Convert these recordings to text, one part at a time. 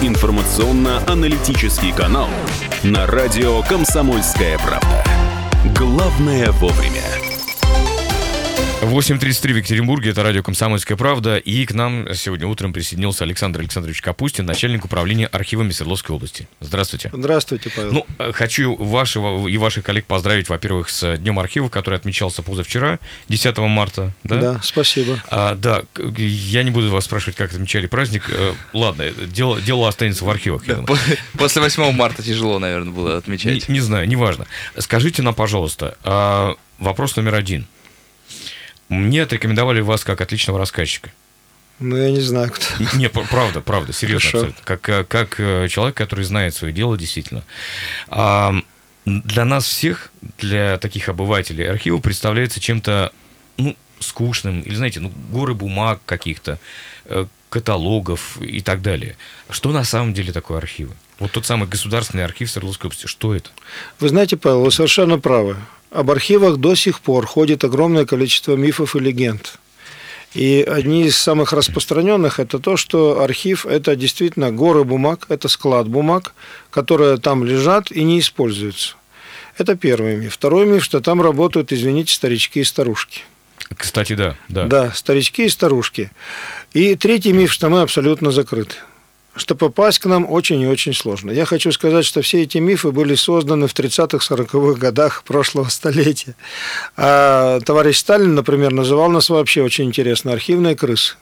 информационно-аналитический канал на радио «Комсомольская правда». Главное вовремя. 8:33 в Екатеринбурге, это радио «Комсомольская правда», и к нам сегодня утром присоединился Александр Александрович Капустин, начальник управления архивами Свердловской области. Здравствуйте. Здравствуйте, Павел. Хочу вашего и ваших коллег поздравить, во-первых, с Днем архива, который отмечался позавчера, 10 марта. Да, спасибо. Я не буду вас спрашивать, как отмечали праздник. Ладно, дело останется в архивах. После 8 марта тяжело, наверное, было отмечать. Не знаю, неважно. Скажите нам, пожалуйста, вопрос номер один. Мне отрекомендовали вас как отличного рассказчика. Я не знаю, кто. Не, правда, серьезно, Хорошо. абсолютно. Как человек, который знает свое дело, действительно. Для нас всех, для таких обывателей, архивы представляется чем-то, скучным, или, знаете, горы бумаг каких-то, каталогов и так далее. Что на самом деле такое архивы? Вот тот самый Государственный архив Свердловской области. Что это? Вы знаете, Павел, вы совершенно правы. Об архивах до сих пор ходит огромное количество мифов и легенд. И одни из самых распространенных – это то, что архив – это действительно горы бумаг, это склад бумаг, которые там лежат и не используются. Это первый миф. Второй миф, что там работают, извините, старички и старушки. Кстати, да. Да, старички и старушки. И третий миф, что мы абсолютно закрыты. Что попасть к нам очень и очень сложно. Я хочу сказать, что все эти мифы были созданы в 30-х-40-х годах прошлого столетия. А товарищ Сталин, например, называл нас вообще очень интересно архивные крысы.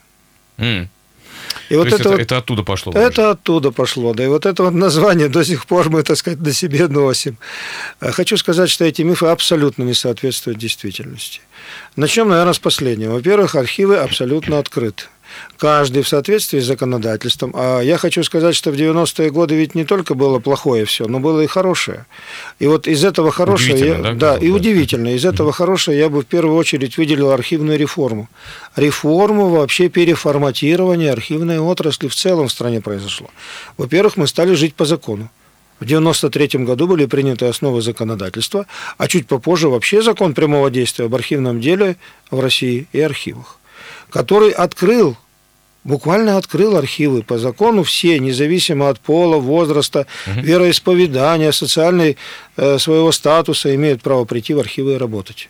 И вот это оттуда пошло? Это оттуда пошло, да. И вот это вот название до сих пор мы, так сказать, на себе носим. Хочу сказать, что эти мифы абсолютно не соответствуют действительности. Начнем, наверное, с последнего. Во-первых, архивы абсолютно открыты. Каждый в соответствии с законодательством. А я хочу сказать, что в 90-е годы ведь не только было плохое все, но было и хорошее. И вот из этого хорошего... Удивительно. Из этого хорошего я бы в первую очередь выделил архивную реформу. Реформу вообще переформатирования архивной отрасли в целом в стране произошло. Во-первых, мы стали жить по закону. В 1993 году были приняты основы законодательства, а чуть попозже вообще закон прямого действия об архивном деле в России и архивах, который буквально открыл архивы по закону все, независимо от пола, возраста, вероисповедания, социальной своего статуса, имеют право прийти в архивы и работать.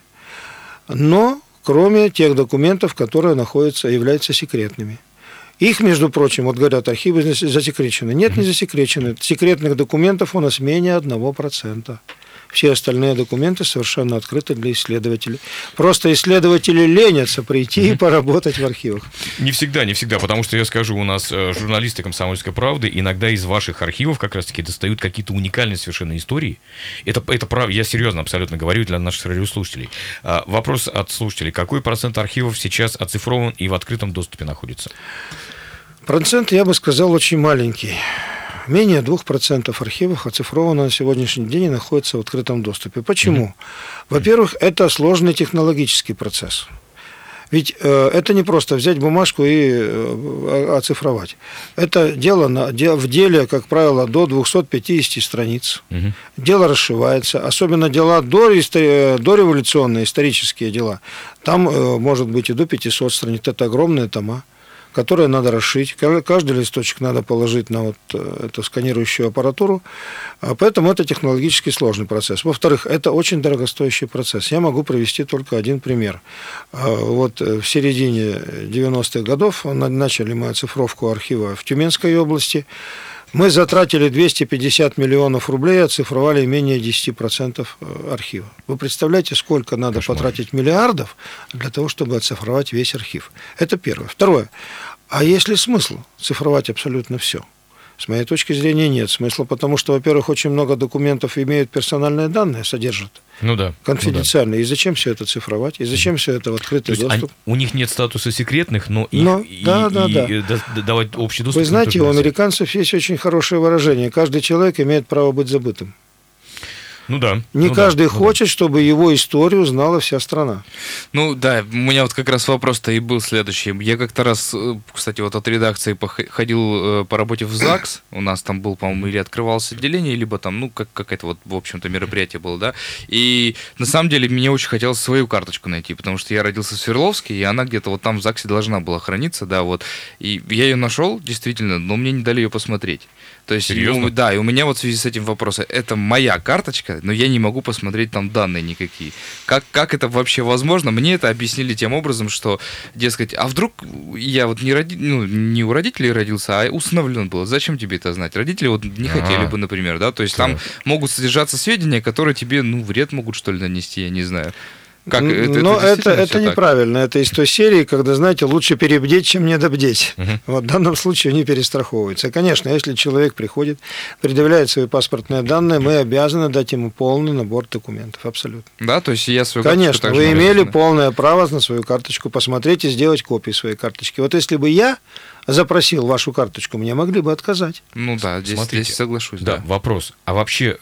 Но кроме тех документов, которые являются секретными. Их, между прочим, вот говорят, архивы засекречены. Нет, не засекречены. Секретных документов у нас менее 1%. Все остальные документы совершенно открыты для исследователей. Просто исследователи ленятся прийти и поработать в архивах. Не всегда, потому что, я скажу, у нас журналисты «Комсомольской правды» иногда из ваших архивов как раз-таки достают какие-то уникальные совершенно истории. Это правда, я серьезно абсолютно говорю для наших радиослушателей. Вопрос от слушателей. Какой процент архивов сейчас оцифрован и в открытом доступе находится? Процент, я бы сказал, очень маленький. Менее 2% архивов оцифровано на сегодняшний день и находится в открытом доступе. Почему? Во-первых, это сложный технологический процесс. Ведь это не просто взять бумажку и оцифровать. Это дело в деле, как правило, до 250 страниц. Дело расшивается. Особенно дела дореволюционные, исторические дела. Там может быть и до 500 страниц. Это огромные тома, которые надо расшить. Каждый листочек надо положить на вот эту сканирующую аппаратуру. Поэтому это технологически сложный процесс. Во-вторых, это очень дорогостоящий процесс. Я могу привести только один пример. Вот в середине 90-х годов начали мы оцифровку архива в Тюменской области. Мы затратили 250 миллионов рублей, оцифровали менее 10% архива. Вы представляете, сколько надо потратить миллиардов для того, чтобы оцифровать весь архив? Это первое. Второе. А есть ли смысл цифровать абсолютно все? С моей точки зрения, нет смысла, потому что, во-первых, очень много документов имеют персональные данные, содержат конфиденциальные. И зачем все это цифровать? И зачем все это в открытый доступ? У них нет статуса секретных, но давать общий доступ. Вы знаете, у американцев есть очень хорошее выражение: каждый человек имеет право быть забытым. Ну да. Не ну каждый да, хочет, чтобы его историю знала вся страна. Ну да, у меня вот как раз вопрос-то и был следующий. Я как-то раз, кстати, вот от редакции ходил по работе в ЗАГС. У нас там был, по-моему, или открывалось отделение, либо там, ну, какое-то вот, в общем-то, мероприятие было, да. И на самом деле мне очень хотелось свою карточку найти, потому что я родился в Свердловске, и она где-то вот там в ЗАГСе должна была храниться, да, вот. И я ее нашел, действительно, но мне не дали ее посмотреть. То есть, Серьезно? да, и у меня вот в связи с этим вопрос. Это моя карточка, но я не могу посмотреть там данные никакие. Как это вообще возможно? Мне это объяснили тем образом, что, дескать, а вдруг я вот не у родителей родился, а усыновлен был. Зачем тебе это знать? Родители вот не хотели бы, например, да? То есть там могут содержаться сведения, которые тебе, вред могут, что ли, нанести, я не знаю. Но это действительно всё неправильно. Это из той серии, когда, знаете, лучше перебдеть, чем недобдеть. Вот в данном случае они перестраховываются. Конечно, если человек приходит, предъявляет свои паспортные данные, мы обязаны дать ему полный набор документов. Абсолютно. Да, то есть я свою Конечно, карточку вы также имели обязан. полное право на свою карточку посмотреть и сделать копию своей карточки. Вот если бы я запросил вашу карточку, мне могли бы отказать. Ну да, здесь соглашусь. Да, вопрос. А вообще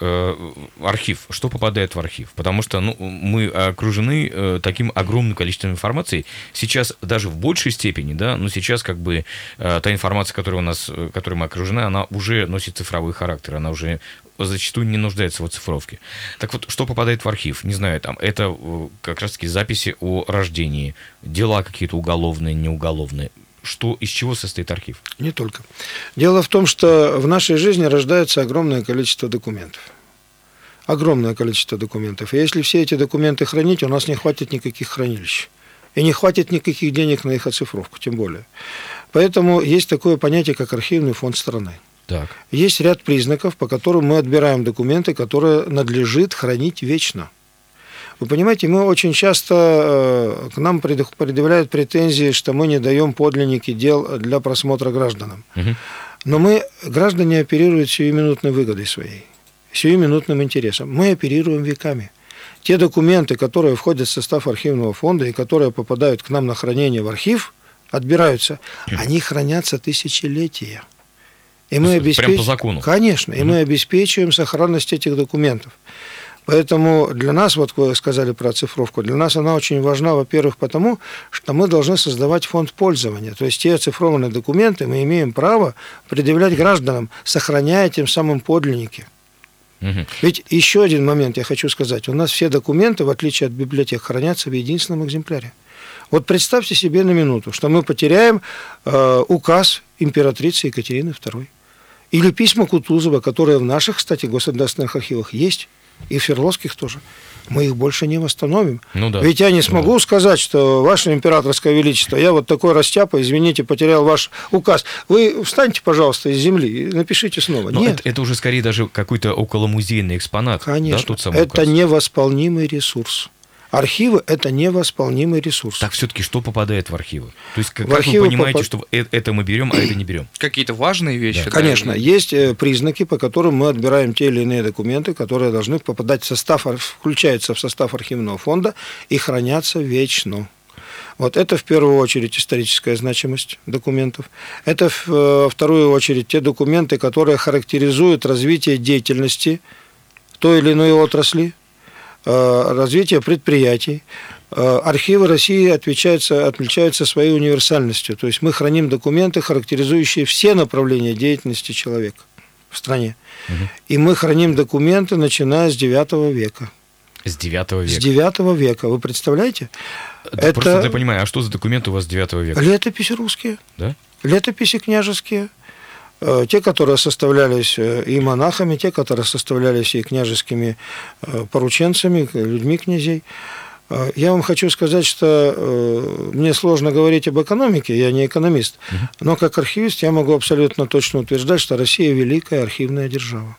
архив, что попадает в архив? Потому что мы окружены таким огромным количеством информации. Сейчас даже в большей степени, да, но сейчас как бы та информация, которой мы окружены, она уже носит цифровой характер, она уже зачастую не нуждается в оцифровке. Так вот, что попадает в архив? Не знаю, там это как раз-таки записи о рождении, дела какие-то уголовные, неуголовные. Из чего состоит архив? Не только. Дело в том, что в нашей жизни рождается огромное количество документов. Огромное количество документов. И если все эти документы хранить, у нас не хватит никаких хранилищ. И не хватит никаких денег на их оцифровку, тем более. Поэтому есть такое понятие, как архивный фонд страны. Так. Есть ряд признаков, по которым мы отбираем документы, которые надлежит хранить вечно. Вы понимаете, мы очень часто к нам предъявляют претензии, что мы не даем подлинники дел для просмотра гражданам. Но граждане оперируют сиюминутной выгодой своей, сиюминутным интересом. Мы оперируем веками. Те документы, которые входят в состав архивного фонда и которые попадают к нам на хранение в архив, отбираются, они хранятся тысячелетия. И мы прям по закону? Конечно, и мы обеспечиваем сохранность этих документов. Поэтому для нас, вот вы сказали про оцифровку, для нас она очень важна, во-первых, потому что мы должны создавать фонд пользования. То есть те оцифрованные документы мы имеем право предъявлять гражданам, сохраняя тем самым подлинники. Ведь еще один момент я хочу сказать. У нас все документы, в отличие от библиотек, хранятся в единственном экземпляре. Вот представьте себе на минуту, что мы потеряем указ императрицы Екатерины II. Или письма Кутузова, которые в наших, кстати, государственных архивах есть, и в Свердловских тоже. Мы их больше не восстановим. Ведь я не смогу сказать, что ваше императорское величество, я вот такой растяпа, извините, потерял ваш указ. Вы встаньте, пожалуйста, из земли и напишите снова. Нет. Это уже скорее даже какой-то околомузейный экспонат. Конечно. Да, тот самый это указ. Невосполнимый ресурс. Архивы – это невосполнимый ресурс. Так все-таки что попадает в архивы? То есть как архивы вы понимаете, что это мы берем, а это не берем? Какие-то важные вещи. Да. Конечно, есть признаки, по которым мы отбираем те или иные документы, которые должны попадать в состав, включаются в состав архивного фонда и хранятся вечно. Вот это в первую очередь историческая значимость документов. Это в вторую очередь те документы, которые характеризуют развитие деятельности той или иной отрасли, развитие предприятий. Архивы России отличаются своей универсальностью. То есть мы храним документы, характеризующие все направления деятельности человека в стране. И мы храним документы, начиная с IX века. С 9 века? С 9 века. Вы представляете? Да, просто я понимаю, а что за документы у вас с 9 века? Летописи русские. Да? Летописи княжеские. Те, которые составлялись и монахами, те, которые составлялись и княжескими порученцами, людьми князей. Я вам хочу сказать, что мне сложно говорить об экономике, я не экономист, но как архивист я могу абсолютно точно утверждать, что Россия великая архивная держава.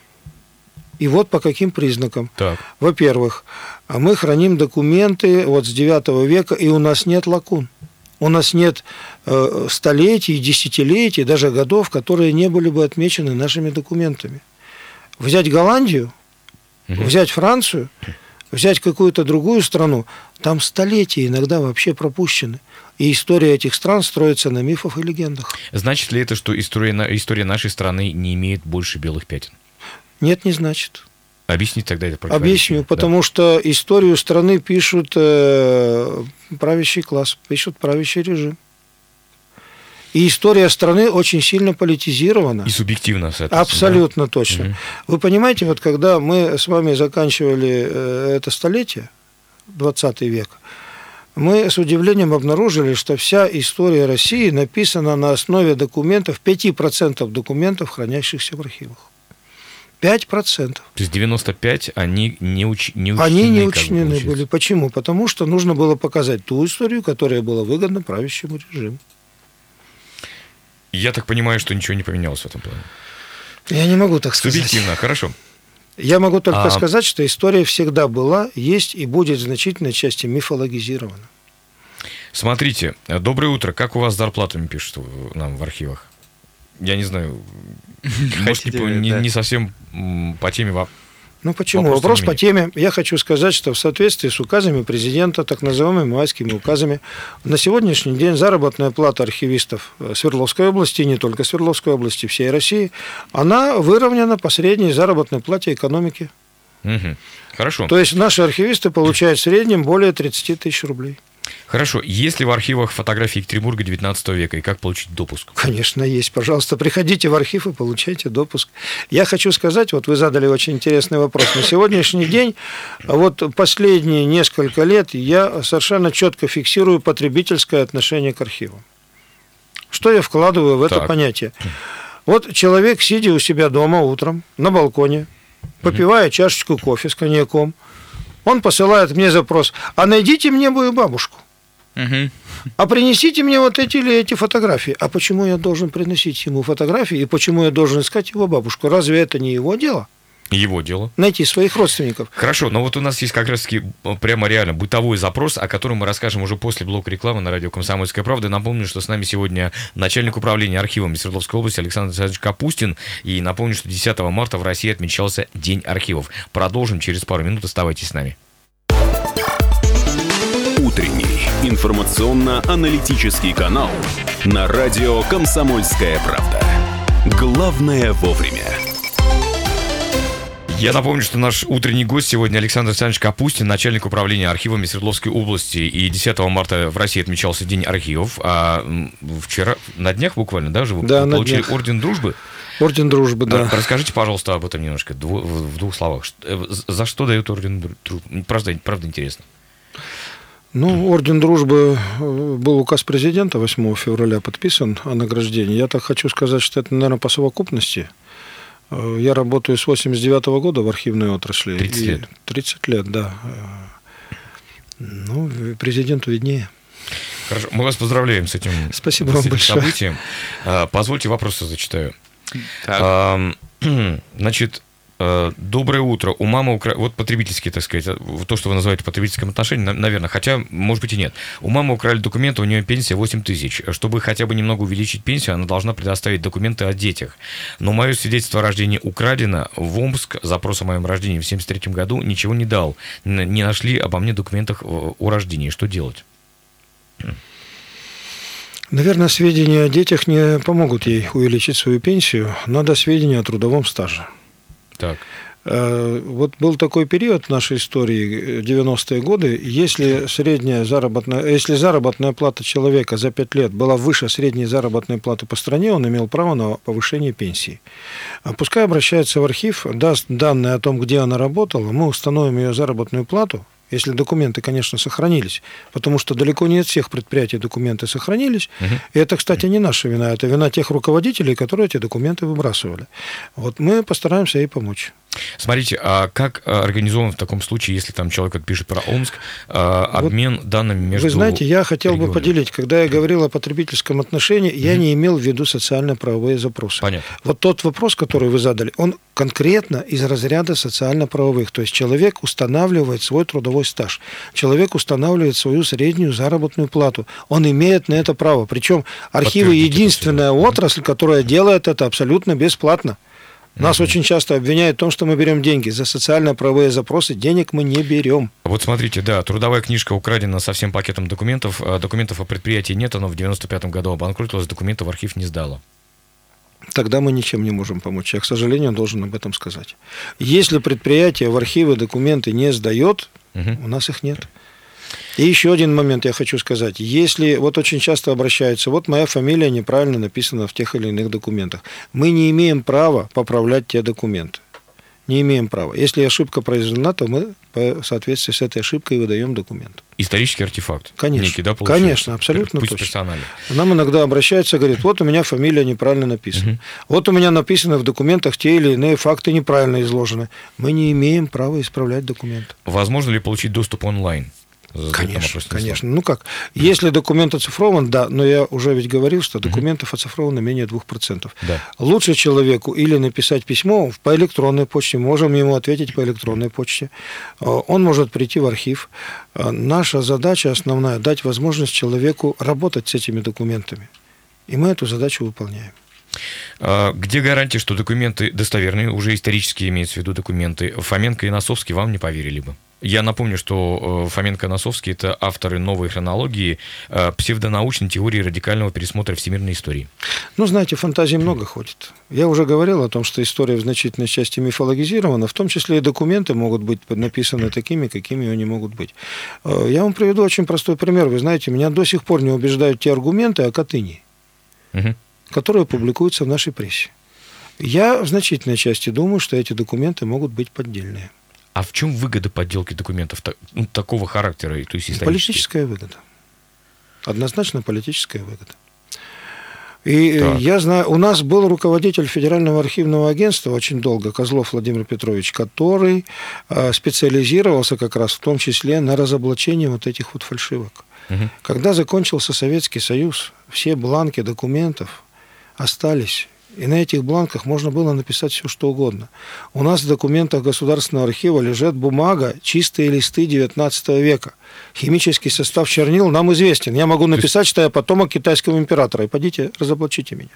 И вот по каким признакам. Так. Во-первых, мы храним документы вот с 9 века, и у нас нет лакун. У нас нет столетий, десятилетий, даже годов, которые не были бы отмечены нашими документами. Взять Голландию, взять Францию, взять какую-то другую страну, там столетия иногда вообще пропущены. И история этих стран строится на мифах и легендах. Значит ли это, что история нашей страны не имеет больше белых пятен? Нет, не значит. Объясните тогда это Объясню, потому что историю страны пишут правящий класс, пишут правящий режим. И история страны очень сильно политизирована. И субъективно, соответственно. Абсолютно точно. Угу. Вы понимаете, вот когда мы с вами заканчивали это столетие, 20 век, мы с удивлением обнаружили, что вся история России написана на основе документов, 5% документов, хранящихся в архивах. 5%. То есть 95% они не учтены. Они не учтены были. Почему? Потому что нужно было показать ту историю, которая была выгодна правящему режиму. Я так понимаю, что ничего не поменялось в этом плане. Я не могу так сказать. Субъективно, хорошо. Я могу только сказать, что история всегда была, есть и будет в значительной части мифологизирована. Смотрите, доброе утро. Как у вас с зарплатами пишут нам в архивах? Я не знаю, может, не совсем по теме. Ну почему? Вопрос по теме. Я хочу сказать, что в соответствии с указами президента, так называемыми майскими указами, на сегодняшний день заработная плата архивистов Свердловской области, не только Свердловской области, всей России, она выровнена по средней заработной плате экономики. Угу. Хорошо. То есть наши архивисты получают в среднем более 30 тысяч рублей. Хорошо. Есть ли в архивах фотографии Екатеринбурга 19 века и как получить допуск? Конечно, есть. Пожалуйста, приходите в архив и получайте допуск. Я хочу сказать, вот вы задали очень интересный вопрос. На сегодняшний день, вот последние несколько лет я совершенно четко фиксирую потребительское отношение к архиву. Что я вкладываю в это понятие? Вот человек, сидя у себя дома утром на балконе, попивая чашечку кофе с коньяком, он посылает мне запрос: а найдите мне мою бабушку. А принесите мне вот эти или эти фотографии. А почему я должен приносить ему фотографии и почему я должен искать его бабушку? Разве это не его дело? Его дело. Найти своих родственников. Хорошо, но вот у нас есть как раз-таки прямо реально бытовой запрос, о котором мы расскажем уже после блока рекламы на радио «Комсомольская правда». Напомню, что с нами сегодня начальник управления архивами Свердловской области Александр Александрович Капустин. И напомню, что 10 марта в России отмечался День архивов. Продолжим через пару минут. Оставайтесь с нами. Утренний информационно-аналитический канал на радио «Комсомольская правда». Главное вовремя. Я напомню, что наш утренний гость сегодня Александр Александрович Капустин, начальник управления архивами Свердловской области. И 10 марта в России отмечался День архивов. А вчера, на днях буквально, да, вы получили Орден Дружбы? Орден Дружбы, да. Расскажите, пожалуйста, об этом немножко, в двух словах. За что дают Орден Дружбы? Правда интересно. Ну, Орден Дружбы, был указ президента 8 февраля подписан о награждении. Я так хочу сказать, что это, наверное, по совокупности. Я работаю с 89 года в архивной отрасли. 30 лет. 30 лет, да. Ну, президенту виднее. Хорошо, мы вас поздравляем с этим, спасибо вам большое. Событием. Позвольте, вопросы зачитаю. Значит, доброе утро. У мамы вот потребительские, так сказать, то, что вы называете потребительским отношением, наверное, хотя, может быть, и нет. У мамы украли документы, у нее пенсия 8 тысяч. Чтобы хотя бы немного увеличить пенсию, она должна предоставить документы о детях. Но мое свидетельство о рождении украдено. В Омск запрос о моем рождении в 1973 году ничего не дал. Не нашли обо мне документах о рождении. Что делать? Наверное, сведения о детях не помогут ей увеличить свою пенсию. Надо сведения о трудовом стаже. Так. Вот был такой период в нашей истории, 90-е годы, если заработная плата человека за 5 лет была выше средней заработной платы по стране, он имел право на повышение пенсии. Пускай обращается в архив, даст данные о том, где она работала, мы установим ее заработную плату, если документы, конечно, сохранились, потому что далеко не от всех предприятий документы сохранились. И это, кстати, не наша вина, это вина тех руководителей, которые эти документы выбрасывали. Вот мы постараемся ей помочь. Смотрите, а как организован в таком случае, если там человек пишет про Омск, обмен вот данными между... Вы знаете, я хотел бы поделить, когда я говорил о потребительском отношении, я не имел в виду социально-правовые запросы. Понятно. Вот тот вопрос, который вы задали, он конкретно из разряда социально-правовых. То есть человек устанавливает свой трудовой стаж, человек устанавливает свою среднюю заработную плату. Он имеет на это право. Причем архивы — единственная отрасль, которая делает это абсолютно бесплатно. Нас очень часто обвиняют в том, что мы берем деньги. За социально-правовые запросы денег мы не берем. Вот смотрите, да, трудовая книжка украдена со всем пакетом документов. Документов о предприятии нет, оно в 95-м году обанкротилось, документы в архив не сдало. тогда мы ничем не можем помочь. Я, к сожалению, должен об этом сказать. Если предприятие в архивы документы не сдает, у нас их нет. И еще один момент я хочу сказать. Если вот очень часто обращаются, вот моя фамилия неправильно написана в тех или иных документах, мы не имеем права поправлять те документы. Не имеем права. Если ошибка произведена, то мы в соответствии с этой ошибкой выдаем документ. Исторический артефакт. Конечно, некий, да, получается? конечно, абсолютно пусть точно. персонально. Нам иногда обращаются и говорят, вот у меня фамилия неправильно написана. Вот у меня написано в документах те или иные факты неправильно изложены. Мы не имеем права исправлять документ. Возможно ли получить доступ онлайн? Конечно, конечно. Ну как, если документ оцифрован, да, но я уже ведь говорил, что документов оцифровано менее 2%. Да. Лучше человеку или написать письмо по электронной почте, можем ему ответить по электронной почте. Он может прийти в архив. Наша задача основная – дать возможность человеку работать с этими документами. И мы эту задачу выполняем. Где гарантия, что документы достоверные, уже исторические имеются в виду документы? Фоменко и Носовский вам не поверили бы. Я напомню, что Фоменко и Носовский – это авторы новой хронологии псевдонаучной теории радикального пересмотра всемирной истории. Ну, знаете, фантазий много ходит. Я уже говорил о том, что история в значительной части мифологизирована, в том числе и документы могут быть написаны такими, какими они могут быть. Я вам приведу очень простой пример. Вы знаете, меня до сих пор не убеждают те аргументы о Катыни, которые публикуются в нашей прессе. Я в значительной части думаю, что эти документы могут быть поддельные. А в чем выгода подделки документов такого характера? То есть политическая выгода. Однозначно политическая выгода. И я знаю, у нас был руководитель Федерального архивного агентства очень долго, Козлов Владимир Петрович, который специализировался как раз в том числе на разоблачении вот этих вот фальшивок. Когда закончился Советский Союз, все бланки документов остались. И на этих бланках можно было написать все, что угодно. У нас в документах Государственного архива лежит бумага, чистые листы 19 века. Химический состав чернил нам известен. Я могу написать, что я потомок китайского императора. И пойдите, разоблачите меня.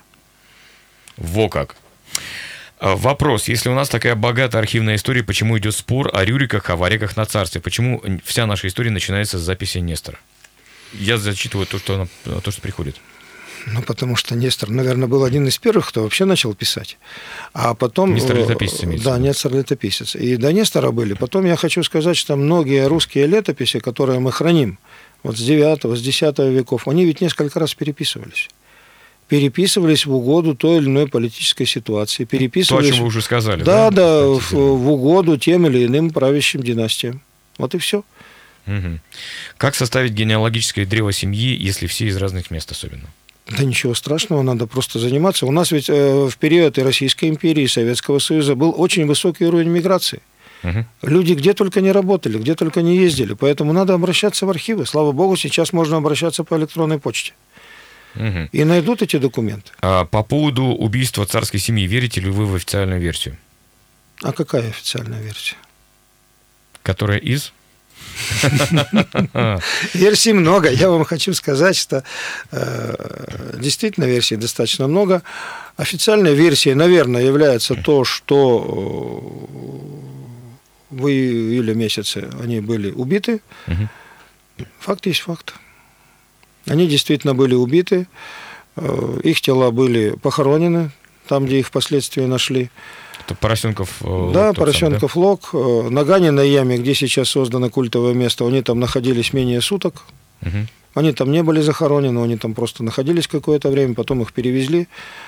Во как. Вопрос. Если у нас такая богатая архивная история, почему идет спор о Рюриках, о варягах на царстве? Почему вся наша история начинается с записи Нестора? Я зачитываю то, что приходит. Ну, потому что Нестор, наверное, был один из первых, кто вообще начал писать. А потом... Нестор летописец имеется. Да, Нестор летописец. И до Нестора были. Потом я хочу сказать, что многие русские летописи, которые мы храним, вот с 9, с 10 веков, они ведь несколько раз переписывались. Переписывались в угоду той или иной политической ситуации. Переписывались... То, о чем вы уже сказали. Да, в угоду тем или иным правящим династиям. Вот и все. Угу. Как составить генеалогическое древо семьи, если все из разных мест особенно? Да ничего страшного, надо просто заниматься. У нас ведь в период и Российской империи, и Советского Союза был очень высокий уровень миграции. Люди где только не работали, где только не ездили. Поэтому надо обращаться в архивы. Слава богу, сейчас можно обращаться по электронной почте. И найдут эти документы. А по поводу убийства царской семьи, верите ли вы в официальную версию? А какая официальная версия? Которая из... Версий много. Я вам хочу сказать, что действительно версий достаточно много. Официальной версией, наверное, является то, что в июле месяце они были убиты. Факт есть факт. Они действительно были убиты. Их тела были похоронены там, где их впоследствии нашли. Это Поросенков лог. Да, Поросенков лог. На Ганиной яме, где сейчас создано культовое место, они там находились менее суток. Они там не были захоронены, они там просто находились какое-то время, потом их перевезли.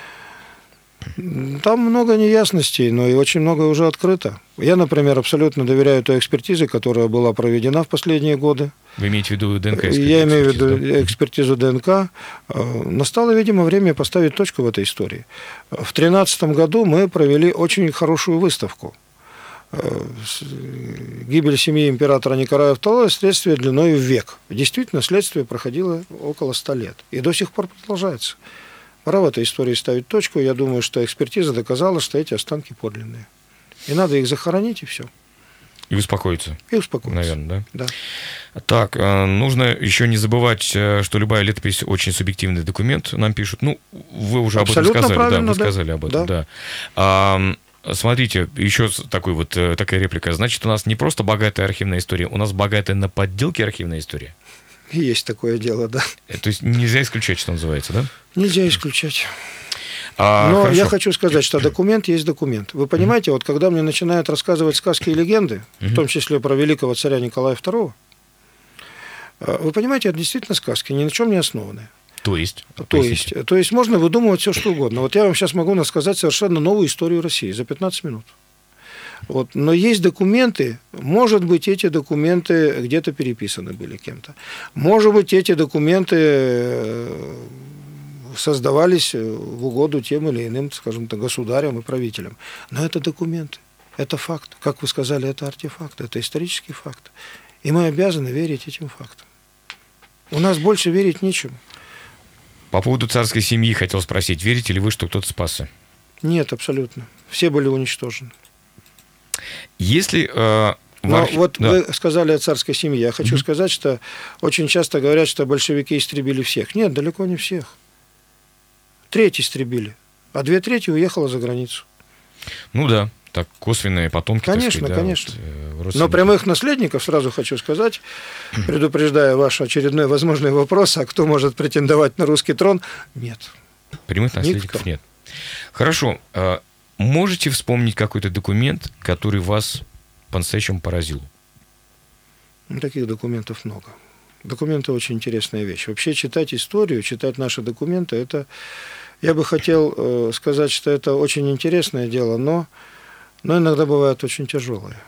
Там много неясностей, но и очень многое уже открыто. Я, например, абсолютно доверяю той экспертизе, которая была проведена в последние годы. Вы имеете в виду ДНК? Я имею в виду экспертизу ДНК. Настало, видимо, время поставить точку в этой истории. В 2013 году мы провели очень хорошую выставку. Гибель семьи императора Николая II – следствие длиной в век. Действительно, следствие проходило около 100 лет. И до сих пор продолжается. Пора в этой истории ставить точку. Я думаю, что экспертиза доказала, что эти останки подлинные. И надо их захоронить, и все. И успокоиться. И успокоиться. Наверное, да? Да. Так, нужно еще не забывать, что любая летопись очень субъективный документ, нам пишут. Ну, вы уже абсолютно об этом сказали. Да, вы сказали об этом, да. Смотрите, еще такая реплика. Значит, у нас не просто богатая архивная история, у нас богатая на подделке архивная история. Есть такое дело, да. То есть нельзя исключать, что называется, да? Нельзя исключать. Но Хорошо. я хочу сказать, что документ есть документ. Вы понимаете, вот когда мне начинают рассказывать сказки и легенды, в том числе про великого царя Николая II, вы понимаете, это действительно сказки, ни на чем не основанные. То есть можно выдумывать все, что угодно. Вот я вам сейчас могу рассказать совершенно новую историю России за 15 минут. Вот. Но есть документы, может быть, эти документы где-то переписаны были кем-то. Может быть, эти документы создавались в угоду тем или иным, скажем так, государям и правителям. Но это документы, это факт. Как вы сказали, это артефакт, это исторический факт. И мы обязаны верить этим фактам. У нас больше верить нечему. По поводу царской семьи хотел спросить, верите ли вы, что кто-то спасся? Нет, абсолютно. Все были уничтожены. Если... Вы сказали о царской семье. Я хочу сказать, что очень часто говорят, что большевики истребили всех. Нет, далеко не всех. Треть истребили, а 2/3 уехала за границу. Ну да, так косвенные потомки. Конечно, так сказать, конечно. Вот, Но прямых наследников, сразу хочу сказать, предупреждая ваш очередной возможный вопрос, а кто может претендовать на русский трон, нет. Прямых наследников нет. Хорошо. Можете вспомнить какой-то документ, который вас по-настоящему поразил? Таких документов много. Документы очень интересная вещь. Вообще читать историю, читать наши документы, это, я бы хотел сказать, что это очень интересное дело, но иногда бывает очень тяжелое.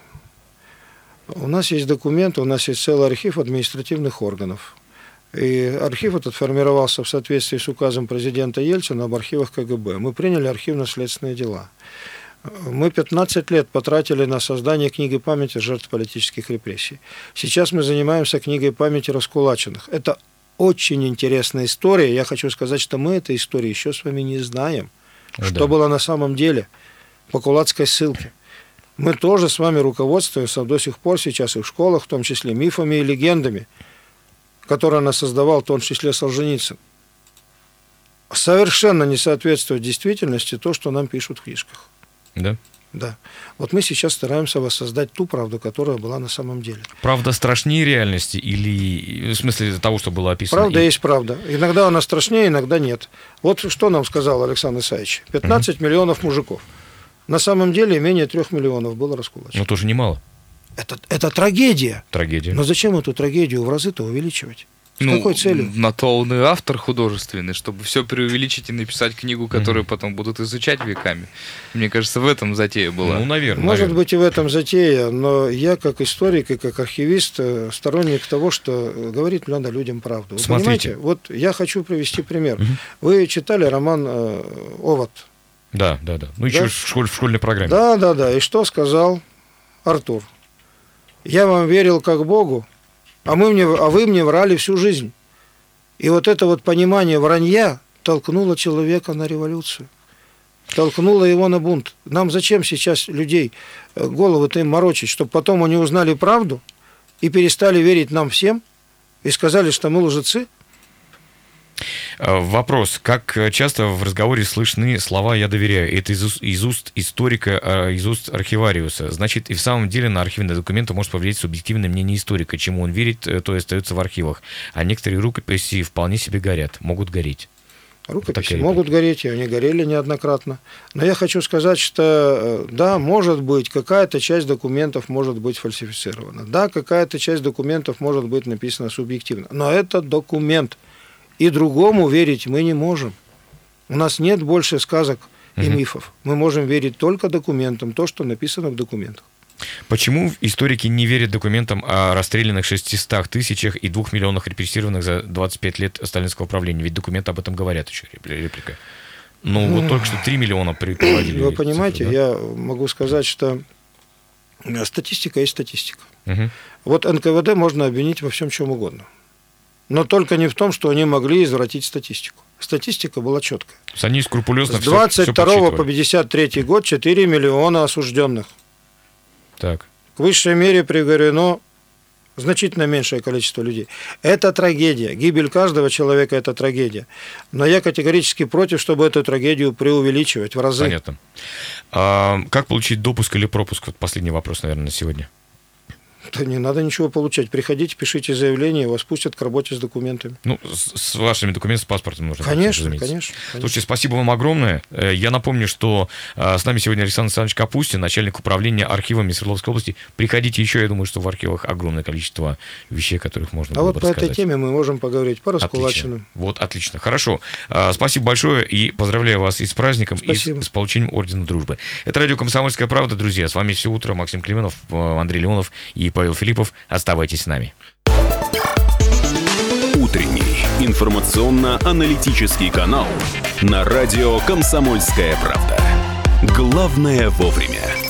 У нас есть документы, у нас есть целый архив административных органов. И архив этот формировался в соответствии с указом президента Ельцина об архивах КГБ. Мы приняли архивно-следственные дела. Мы 15 лет потратили на создание книги памяти жертв политических репрессий. Сейчас мы занимаемся книгой памяти раскулаченных. Это очень интересная история. Я хочу сказать, что мы этой истории еще с вами не знаем. Что было на самом деле по кулацкой ссылке. Мы тоже с вами руководствуемся до сих пор сейчас и в школах, в том числе мифами и легендами, которые нас создавал, в том числе Солженицын. Совершенно не соответствует действительности то, что нам пишут в книжках. Да? Да. Вот мы сейчас стараемся воссоздать ту правду, которая была на самом деле. Правда страшнее реальности или в смысле того, что было описано? Правда есть правда. Иногда она страшнее, иногда нет. Вот что нам сказал Александр Исаевич. 15 миллионов мужиков. На самом деле менее 3 миллионов было раскулачено. Ну, тоже немало. Это трагедия. Трагедия. Но зачем эту трагедию в разы-то увеличивать? С какой целью? На то он и автор художественный, чтобы все преувеличить и написать книгу, которую потом будут изучать веками. Мне кажется, в этом затея была. Ну, наверное. Может быть, и в этом затея, но я, как историк и как архивист, сторонник того, что говорить надо людям правду. Вы Смотрите. понимаете? Вот я хочу привести пример. Вы читали роман «Овод»? Да. Ну, еще Да? в школьной программе. Да. И что сказал Артур? Я вам верил как Богу, а вы мне врали всю жизнь. И вот это вот понимание вранья толкнуло человека на революцию. Толкнуло его на бунт. Нам зачем сейчас людей головы-то им морочить, чтобы потом они узнали правду и перестали верить нам всем и сказали, что мы лжецы? Вопрос. Как часто в разговоре слышны слова «я доверяю»? Это из уст историка, из уст архивариуса. Значит, и в самом деле на архивные документы может повлиять субъективное мнение историка. Чему он верит, то и остается в архивах. А некоторые рукописи вполне себе горят, могут гореть. Рукописи могут гореть, и они горели неоднократно. Но я хочу сказать, что да, может быть, какая-то часть документов может быть фальсифицирована. Да, какая-то часть документов может быть написана субъективно. Но это документ. И другому верить мы не можем. У нас нет больше сказок и мифов. Мы можем верить только документам, то, что написано в документах. Почему историки не верят документам о расстрелянных 600 тысячах и 2 миллионах репрессированных за 25 лет сталинского правления? Ведь документы об этом говорят еще, реплика. Ну, вот только что 3 миллиона проводили. Вы понимаете, цифры, да? я могу сказать, что статистика есть статистика. Вот НКВД можно обвинить во всем, чем угодно. Но только не в том, что они могли извратить статистику. Статистика была четкая. Они скрупулезно с 22 по подсчитывали. 53 год 4 миллиона осужденных. Так. К высшей мере приговорено значительно меньшее количество людей. Это трагедия. Гибель каждого человека – это трагедия. Но я категорически против, чтобы эту трагедию преувеличивать в разы. Понятно. Как получить допуск или пропуск? Вот последний вопрос, наверное, на сегодня. Да не надо ничего получать. Приходите, пишите заявление, вас пустят к работе с документами. Ну, с вашими документами, с паспортом нужно. Конечно, конечно. Слушайте, спасибо вам огромное. Я напомню, что с нами сегодня Александр Александрович Капустин, начальник управления архивами Свердловской области. Приходите еще, я думаю, что в архивах огромное количество вещей, которых можно было бы рассказать. По этой теме мы можем поговорить по раскулаченным. Вот, отлично. Хорошо. Спасибо большое и поздравляю вас и с праздником, спасибо. И с получением Ордена Дружбы. Это радио «Комсомольская правда», друзья. С вами все утро Максим Клименов, Андрей Леонов и Павел Филиппов. Оставайтесь с нами. Утренний информационно-аналитический канал на радио «Комсомольская правда». Главное вовремя.